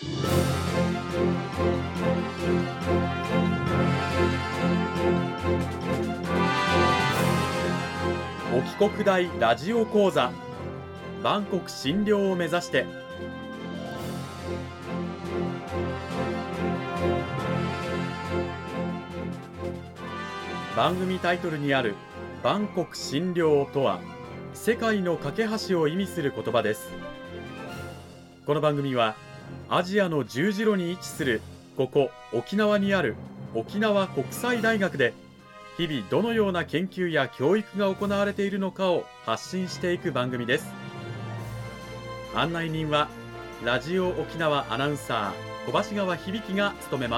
沖国大ラジオ講座、万国診療を目指して。番組タイトルにある万国診療とは、世界の架け橋を意味する言葉です。この番組はアジアの十字路に位置するここ沖縄にある沖縄国際大学で、日々どのような研究や教育が行われているのかを発信していく番組です。案内人はラジオ沖縄アナウンサー小橋川響が務めます。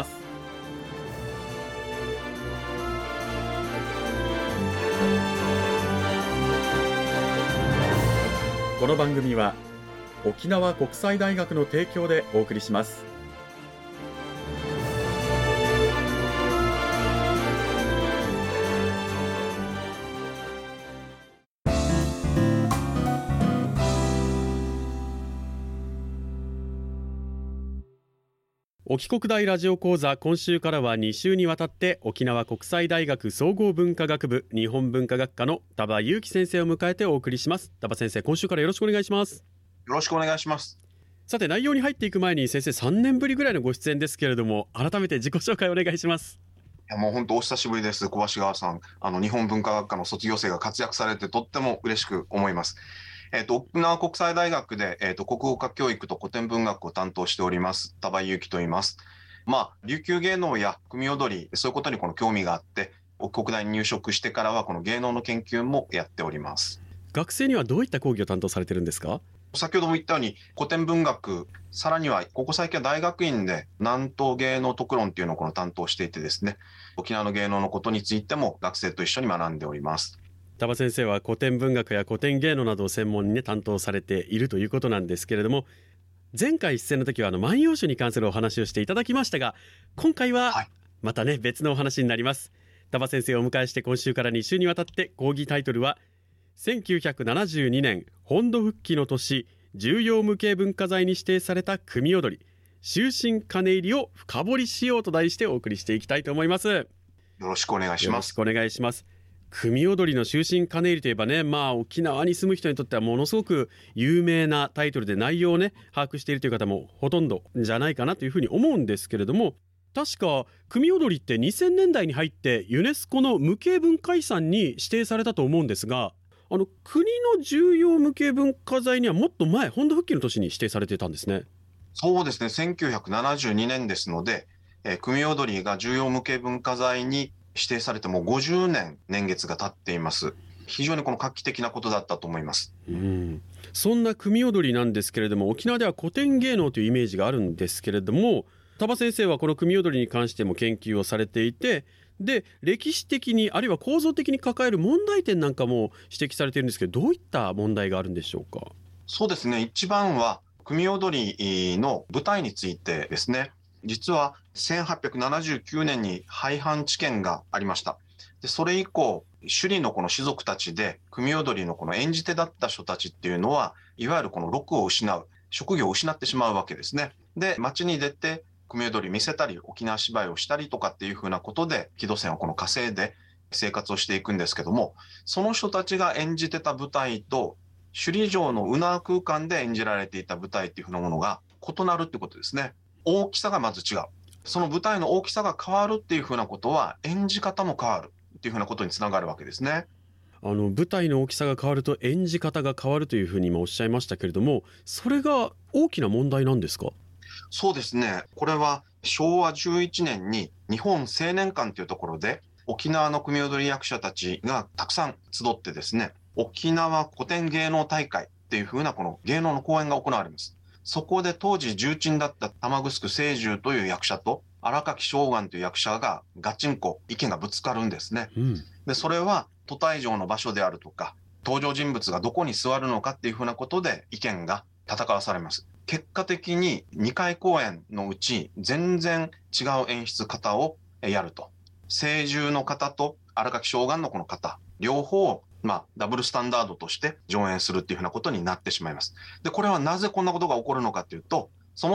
この番組は沖縄国際大学の提供でお送りします。沖国大ラジオ講座、今週からは2週にわたって沖縄国際大学総合文化学部日本文化学科の田場裕樹先生を迎えてお送りします。田場先生、今週からよろしくお願いします。 よろしくお願いします。 さて、内容に入っていく前に先生、3年ぶりぐらいのご出演ですけれども、改めて自己紹介お願いします。 いや、もう本当お久しぶりです。小橋川さん、日本文化学科の卒業生が活躍されてとっても嬉しく思います。沖縄国際大学で、国語科教育と古典文学を担当しております田場裕樹と言います。琉球芸能や組踊り、そういうことにこの興味があって、沖国大に入職してからはこの芸能の研究もやっております。 学生にはどういった講義を担当されてるんですか？ 先ほども言ったように古典文学、さらにはここ最近は大学院で南東芸能特論っていうのをこの担当していてですね、沖縄の芸能のことについても学生と一緒に学んでおります。 田場先生は古典文学や古典芸能などを専門に、担当されているということなんですけれども、前回出演の時は万葉集に関するお話をしていただきましたが、今回はまたね、別のお話になります。田場先生をお迎えして今週から2週にわたって、講義タイトルは1972年本土復帰の年、重要無形文化財に指定された組踊り終身鐘入りを深掘りしようと題してお送りしていきたいと思います。 よろしくお願いします。 よろしくお願いします。組踊りの終身鐘入りといえばね、沖縄に住む人にとってはものすごく有名なタイトルで、内容をね把握しているという方もほとんどじゃないかなというふうに思うんですけれども、確か組踊りって2000年代に入ってユネスコの無形文化遺産に指定されたと思うんですが、国の重要無形文化財にはもっと前、本土復帰の年に指定されていたんですね。 そうですね、1972年ですので、組踊りが重要無形文化財に指定されてもう50年年月が経っています。非常にこの画期的なことだったと思います。 そんな組踊りなんですけれども、沖縄では古典芸能というイメージがあるんですけれども、田場先生はこの組踊りに関しても研究をされていて、で歴史的にあるいは構造的に抱える問題点なんかも指摘されているんですけど、どういった問題があるんでしょうか？ そうですね、一番は組踊りの舞台についてですね。実は1879年に廃藩置県がありました。でそれ以降、首里のこの士族たちで組踊りのこの演じ手だった人たちっていうのは、いわゆるこの禄を失う、職業を失ってしまうわけですね。で街に出て組踊り見せたり沖縄芝居をしたりとかっていうふうなことで木戸線をこの稼いで生活をしていくんですけども、その人たちが演じてた舞台と首里城の宇奈空間で演じられていた舞台っていうふうなものが異なるってことですね。大きさがまず違う。その舞台の大きさが変わるっていうふうなことは、演じ方も変わるっていうふうなことにつながるわけですね。 舞台の大きさが変わると演じ方が変わるというふうに今おっしゃいましたけれども、それが大きな問題なんですか？ そうですね。これは昭和11年に日本青年館というところで沖縄の組踊り役者たちがたくさん集ってですね、沖縄古典芸能大会っていうふうなこの芸能の公演が行われます。そこで当時重鎮だった玉城清十という役者と荒垣将官という役者がガチンコ意見がぶつかるんですね。でそれは都大城の場所であるとか、登場人物がどこに座るのかっていうふうなことで意見が戦わされます。結果的に2回公演のうち全然違う演出方をやると。清十の方と荒垣将官のこの方、両方ダブルスタンダードとして上演するっていうふうなことになってしまいます。で、これはなぜこんなことが起こるのかというと、そもそも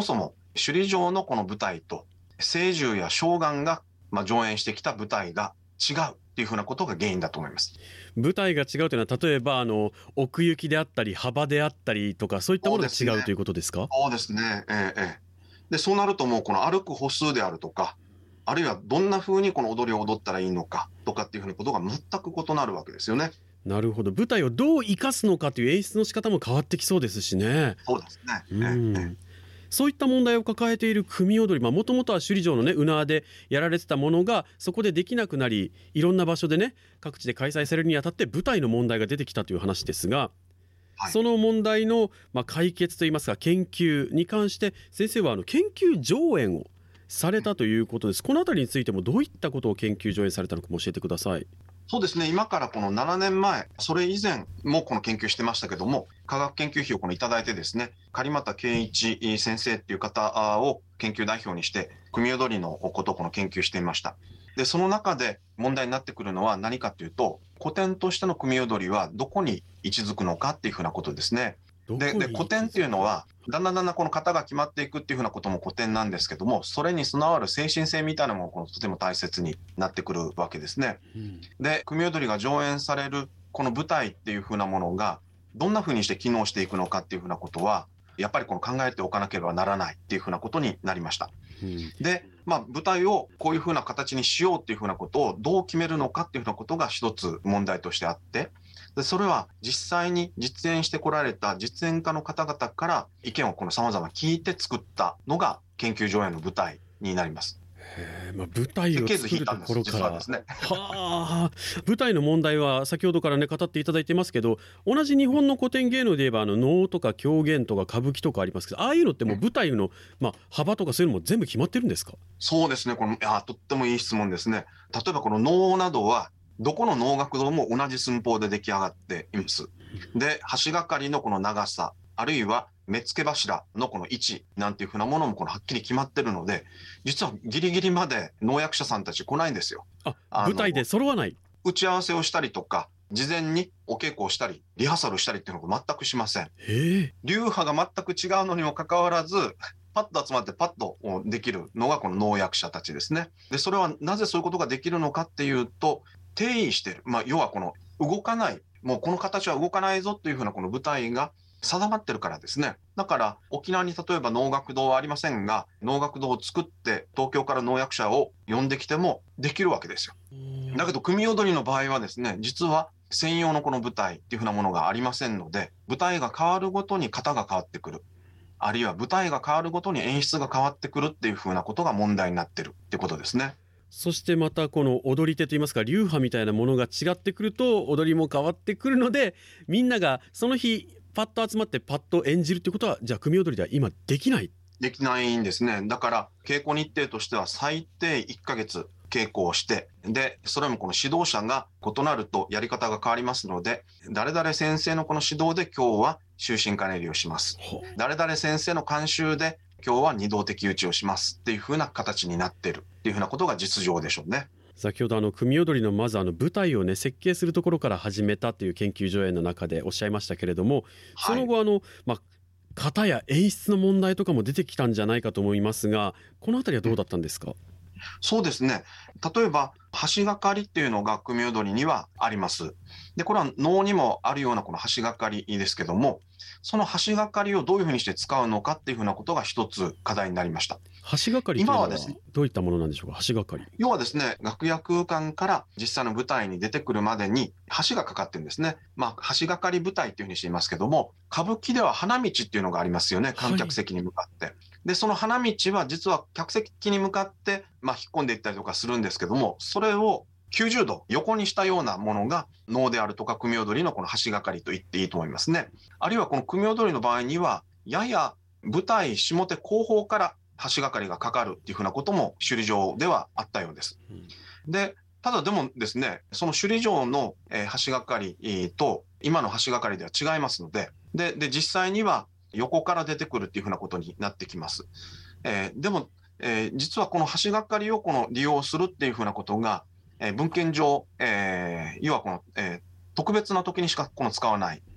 首里城のこの舞台と青樹や将軍が上演してきた舞台が違うっていうふうなことが原因だと思います。 舞台が違うというのは例えば奥行きであったり幅であったりとかそういったものが違うということですか？ そうですね。で、そうなるともうこの歩く歩数であるとか、あるいはどんな風にこの踊りを踊ったらいいのかとかっていうふうなことが全く異なるわけですよね。 なるほど。舞台をどう生かすのかという演出の仕方も変わってきそうですしね。 そうですね。 そういった問題を抱えている組踊り、もともとは首里城のね、浦和でやられてたものがそこでできなくなり、いろんな場所でね、各地で開催されるにあたって舞台の問題が出てきたという話ですが、 はい、 その問題の解決といいますか研究に関して先生は研究上演をされたということです。このあたりについてもどういったことを研究上演されたのかも教えてください。 そうですね。今からこの7年前、それ以前もこの研究してましたけども、科学研究費をいただいてですね、狩俣健一先生っていう方を研究代表にして、組踊りのことをこの研究していました。で、その中で問題になってくるのは何かというと、古典としての組踊りはどこに位置づくのかっていうふうなことですね。で、古典っていうのは、だんだんこの型が決まっていくっていうふうなことも古典なんですけども、それに備わる精神性みたいなものがとても大切になってくるわけですね。で、組踊りが上演されるこの舞台っていうふうなものが、どんなふうにして機能していくのかっていうふうなことは、やっぱりこの考えておかなければならないっていうふうなことになりました。で、舞台をこういうふうな形にしようっていうふうなことをどう決めるのかっていうふうなことが一つ問題としてあって、でそれは実際に実演してこられた実演家の方々から意見をこの様々聞いて作ったのが研究上演の舞台になります。 舞台を作るところから、 ね、 舞台の問題は先ほどからね語っていただいてますけど、同じ日本の古典芸能で言えば能とか狂言とか歌舞伎とかありますけど、ああいうのってもう舞台の、幅とかそういうのも全部決まってるんですか？ そうですね。とってもいい質問ですね。例えばこの能などはどこの能楽堂も同じ寸法で出来上がっています。で、橋がかりのこの長さ、あるいは目付け柱のこの位置なんていうふうなものもはっきり決まってるので、実はギリギリまで能役者さんたち来ないんですよ。 舞台で揃わない。 打ち合わせをしたりとか、事前にお稽古をしたり、リハーサルしたりっていうのが全くしません。流派が全く違うのにもかかわらず、パッと集まってパッとできるのがこの能役者たちですね。で、それはなぜそういうことができるのかっていうと、定位してる。要はこの動かない、もうこの形は動かないぞっていうふうなこの舞台が定まってるからですね。だから沖縄に例えば能楽堂はありませんが、能楽堂を作って東京から能役者を呼んできてもできるわけですよ。だけど組踊りの場合はですね、実は専用のこの舞台っていうふうなものがありませんので、舞台が変わるごとに型が変わってくる。あるいは舞台が変わるごとに演出が変わってくるっていうふうなことが問題になってるってことですね。 そしてまたこの踊り手といいますか流派みたいなものが違ってくると踊りも変わってくるので、みんながその日パッと集まってパッと演じるってことはじゃあ組踊りでは今できないんですね。だから稽古日程としては最低1ヶ月稽古をして、でそれもこの指導者が異なるとやり方が変わりますので、誰々先生のこの指導で今日は終身兼ねりをします、誰々先生の監修で今日は二道的打ちをしますっていう風な形になっているっていう風なことが実情でしょうね。 先ほど組踊りのまず舞台をね設計するところから始めたという研究上演の中でおっしゃいましたけれども、その後型や演出の問題とかも出てきたんじゃないかと思いますが、このあたりはどうだったんですか？ そうですね。例えば橋がかりっていうのが組踊りにはあります。でこれは能にもあるようなこの橋がかりですけども、その橋がかりをどういうふうにして使うのかっていうふうなことが一つ課題になりました。 橋がかりというのはどういったものなんでしょうか？橋がかり、 要はですね、楽屋空間から実際の舞台に出てくるまでに橋がかかってるんですね。橋がかり舞台っていうふうにしていますけども、歌舞伎では花道っていうのがありますよね、観客席に向かって、でその花道は実は客席に向かって引っ込んでいったりとかするんですけども、それを90度横にしたようなものが能であるとか組踊りのこの橋がかりと言っていいと思いますね。あるいはこの組踊りの場合にはやや舞台下手後方から橋がかりがかかるっていうふうなことも首里城ではあったようです。でただでもですね、その首里城の橋がかりと今の橋がかりでは違いますので、で実際には横から出てくるっていうふうなことになってきます。でも、実はこの橋がかりを利用するっていうふうなことが、文献上、要は特別な時にしか使わない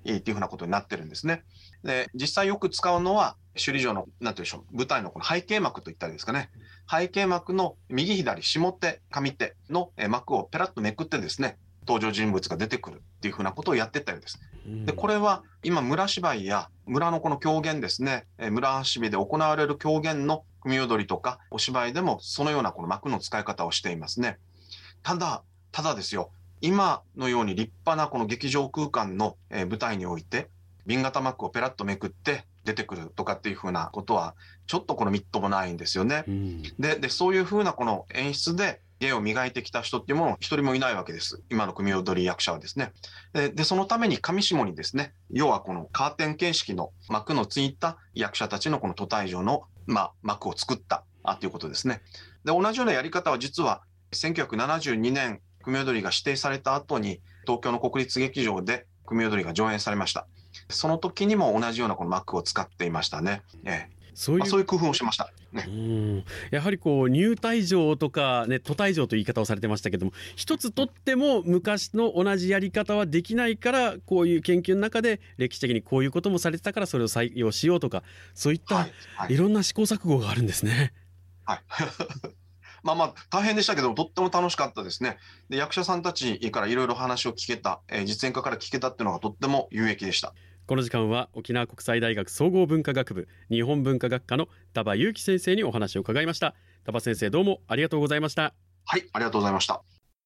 っていうふうなことになってるんですね。で、実際よく使うのは、首里城の、なんていうんでしょう、舞台のこの背景幕といったりですかね。背景幕の右左、下手、上手の幕をペラッとめくってですね、登場人物が出てくるっていうふうなことをやってったようです。で、これは今、村芝居や村のこの狂言ですね、村橋で行われる狂言の組踊りとかお芝居でもそのようなこの幕の使い方をしていますね。ただですよ、今のように立派なこの劇場空間の舞台において、紅型幕をペラッとめくって出てくるとかっていうふうなことは、ちょっとこのみっともないんですよね。で、そういうふうなこの演出で芸を磨いてきた人っていうもの一人もいないわけです。今の組踊り役者はですね。で、そのために上下にですね、要はこのカーテン形式の幕のついた役者たちのこの都大城の、幕を作ったということですね。で、同じようなやり方は実は1972年、組踊りが指定された後に、東京の国立劇場で組踊りが上演されました。その時にも同じようなこの幕を使っていましたね。そういう工夫をしました、ね。 やはりこう入隊城とか、ね、都隊城という言い方をされてましたけども、一つとっても昔の同じやり方はできないから、こういう研究の中で歴史的にこういうこともされてたからそれを採用しようとか、そういったいろんな試行錯誤があるんですね。 はい大変でしたけど、とっても楽しかったですね。で、役者さんたちからいろいろ話を聞けた、実演家から聞けたっていうのがとっても有益でした。 この時間は沖縄国際大学総合文化学部日本文化学科の田場裕樹先生にお話を伺いました。田場先生、どうもありがとうございました。 はい、ありがとうございました。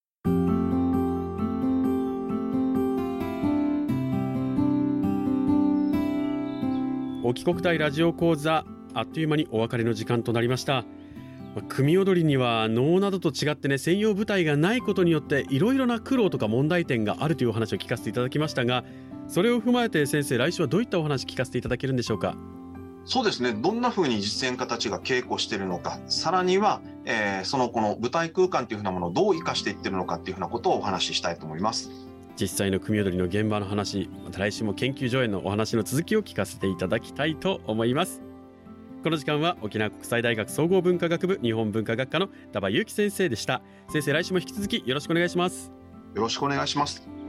沖国大ラジオ講座、あっという間にお別れの時間となりました。組踊りには能などと違ってね、専用舞台がないことによっていろいろな苦労とか問題点があるというお話を聞かせていただきましたが、それを踏まえて先生、来週はどういったお話聞かせていただけるんでしょうか。 そうですね、どんな風に実演家たちが稽古しているのか、さらには、この舞台空間というふうなものをどう生かしていっているのかというふうなことをお話ししたいと思います。 実際の組踊りの現場の話、また来週も研究所へのお話の続きを聞かせていただきたいと思います。この時間は沖縄国際大学総合文化学部日本文化学科の田場裕樹先生でした。先生、来週も引き続きよろしくお願いします。 よろしくお願いします。